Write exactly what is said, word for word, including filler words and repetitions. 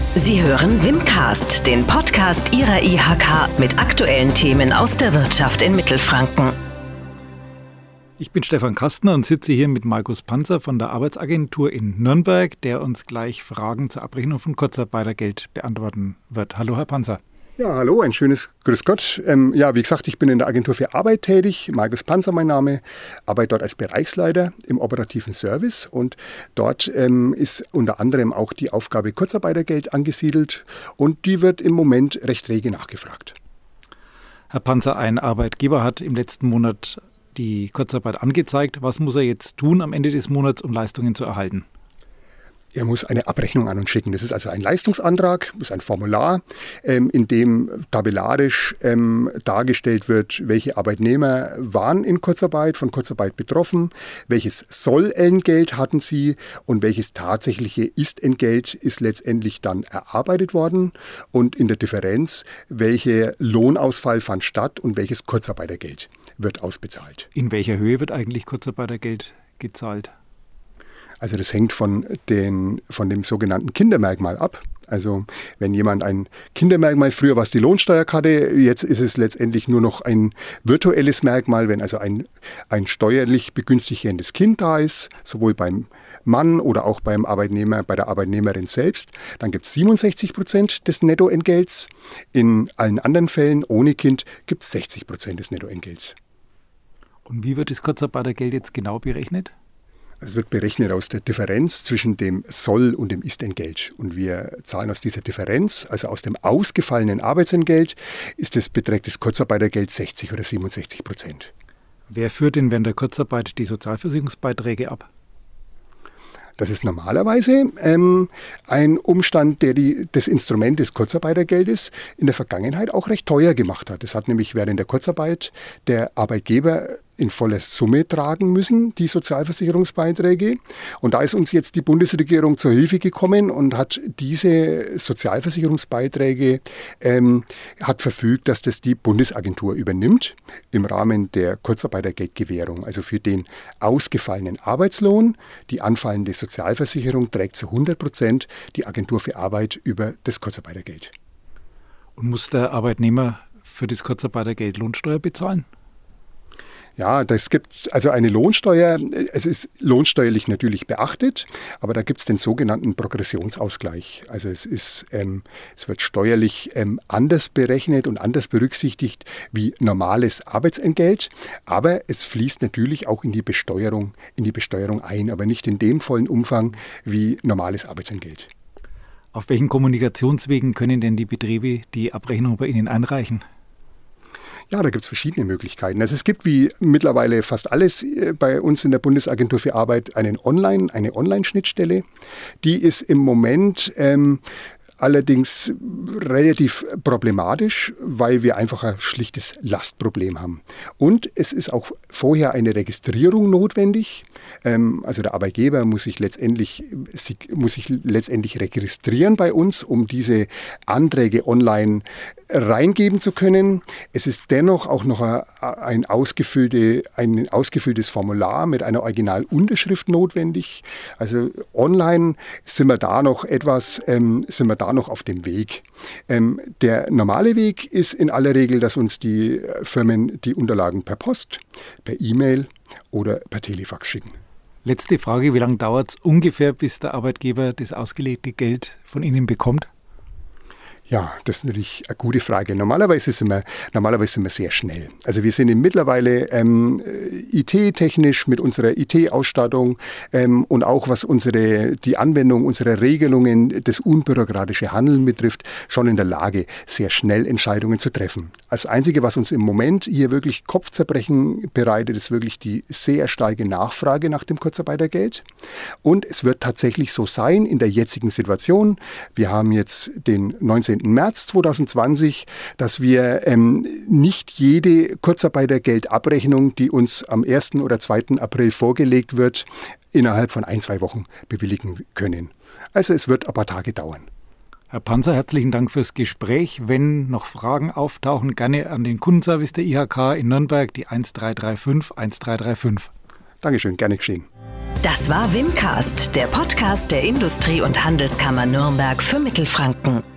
Sie hören Wimcast, den Podcast Ihrer I H K mit aktuellen Themen aus der Wirtschaft in Mittelfranken. Ich bin Stefan Kastner und sitze hier mit Markus Panzer von der Arbeitsagentur in Nürnberg, der uns gleich Fragen zur Abrechnung von Kurzarbeitergeld beantworten wird. Hallo, Herr Panzer. Ja, hallo, ein schönes Grüß Gott. Ähm, ja, wie gesagt, ich bin in der Agentur für Arbeit tätig, Markus Panzer mein Name, arbeite dort als Bereichsleiter im operativen Service und dort ähm, ist unter anderem auch die Aufgabe Kurzarbeitergeld angesiedelt und die wird im Moment recht rege nachgefragt. Herr Panzer, ein Arbeitgeber hat im letzten Monat die Kurzarbeit angezeigt. Was muss er jetzt tun am Ende des Monats, um Leistungen zu erhalten? Er muss eine Abrechnung an uns schicken. Das ist also ein Leistungsantrag, das ist ein Formular, ähm, in dem tabellarisch ähm, dargestellt wird, welche Arbeitnehmer waren in Kurzarbeit, von Kurzarbeit betroffen, welches Sollentgelt hatten sie und welches tatsächliche Ist-Entgelt ist letztendlich dann erarbeitet worden und in der Differenz, welcher Lohnausfall fand statt und welches Kurzarbeitergeld wird ausbezahlt. In welcher Höhe wird eigentlich Kurzarbeitergeld gezahlt? Also das hängt von, den, von dem sogenannten Kindermerkmal ab. Also wenn jemand ein Kindermerkmal, früher war es die Lohnsteuerkarte, jetzt ist es letztendlich nur noch ein virtuelles Merkmal, wenn also ein, ein steuerlich begünstigendes Kind da ist, sowohl beim Mann oder auch beim Arbeitnehmer, bei der Arbeitnehmerin selbst, dann gibt es siebenundsechzig Prozent des Nettoentgelts. In allen anderen Fällen ohne Kind gibt es sechzig Prozent des Nettoentgelts. Und wie wird das Kurzarbeitergeld jetzt genau berechnet? Es wird berechnet aus der Differenz zwischen dem Soll- und dem Ist-Entgelt. Und wir zahlen aus dieser Differenz, also aus dem ausgefallenen Arbeitsentgelt, ist das, beträgt das Kurzarbeitergeld sechzig oder siebenundsechzig Prozent. Wer führt denn während der Kurzarbeit die Sozialversicherungsbeiträge ab? Das ist normalerweise ähm, ein Umstand, der die, das Instrument des Kurzarbeitergeldes in der Vergangenheit auch recht teuer gemacht hat. Das hat nämlich während der Kurzarbeit der Arbeitgeber in voller Summe tragen müssen, die Sozialversicherungsbeiträge. Und da ist uns jetzt die Bundesregierung zur Hilfe gekommen und hat diese Sozialversicherungsbeiträge, ähm, hat verfügt, dass das die Bundesagentur übernimmt im Rahmen der Kurzarbeitergeldgewährung. Also für den ausgefallenen Arbeitslohn, die anfallende Sozialversicherung trägt zu hundert Prozent die Agentur für Arbeit über das Kurzarbeitergeld. Und muss der Arbeitnehmer für das Kurzarbeitergeld Lohnsteuer bezahlen? Ja, das gibt also eine Lohnsteuer. Es ist lohnsteuerlich natürlich beachtet, aber da gibt es den sogenannten Progressionsausgleich. Also es ist, ähm, es wird steuerlich ähm, anders berechnet und anders berücksichtigt wie normales Arbeitsentgelt, aber es fließt natürlich auch in die Besteuerung, in die Besteuerung ein, aber nicht in dem vollen Umfang wie normales Arbeitsentgelt. Auf welchen Kommunikationswegen können denn die Betriebe die Abrechnung bei Ihnen einreichen? Ja, da gibt es verschiedene Möglichkeiten. Also es gibt wie mittlerweile fast alles bei uns in der Bundesagentur für Arbeit einen Online, eine Online-Schnittstelle. Die ist im Moment ähm, allerdings relativ problematisch, weil wir einfach ein schlichtes Lastproblem haben. Und es ist auch vorher eine Registrierung notwendig. Ähm, also der Arbeitgeber muss sich letztendlich, muss sich letztendlich registrieren bei uns, um diese Anträge online reingeben zu können. Es ist dennoch auch noch ein, ausgefüllte, ein ausgefülltes Formular mit einer Originalunterschrift notwendig. Also online sind wir da noch etwas, ähm, sind wir da noch auf dem Weg. Ähm, der normale Weg ist in aller Regel, dass uns die Firmen die Unterlagen per Post, per E-Mail oder per Telefax schicken. Letzte Frage, wie lange dauert es ungefähr, bis der Arbeitgeber das ausgelegte Geld von Ihnen bekommt? Ja, das ist natürlich eine gute Frage. Normalerweise sind wir, normalerweise sind wir sehr schnell. Also wir sind mittlerweile ähm, I T-technisch mit unserer I T-Ausstattung ähm, und auch was unsere, die Anwendung unserer Regelungen, das unbürokratische Handeln betrifft, schon in der Lage, sehr schnell Entscheidungen zu treffen. Das Einzige, was uns im Moment hier wirklich Kopfzerbrechen bereitet, ist wirklich die sehr starke Nachfrage nach dem Kurzarbeitergeld. Und es wird tatsächlich so sein in der jetzigen Situation. Wir haben jetzt den neunzehnten März zweitausendzwanzig, dass wir ähm, nicht jede Kurzarbeitergeldabrechnung, die uns am ersten oder zweiten April vorgelegt wird, innerhalb von ein, zwei Wochen bewilligen können. Also es wird ein paar Tage dauern. Herr Panzer, herzlichen Dank fürs Gespräch. Wenn noch Fragen auftauchen, gerne an den Kundenservice der I H K in Nürnberg, die eins drei drei fünf eins drei drei fünf. Dankeschön, gerne geschehen. Das war Wimcast, der Podcast der Industrie- und Handelskammer Nürnberg für Mittelfranken.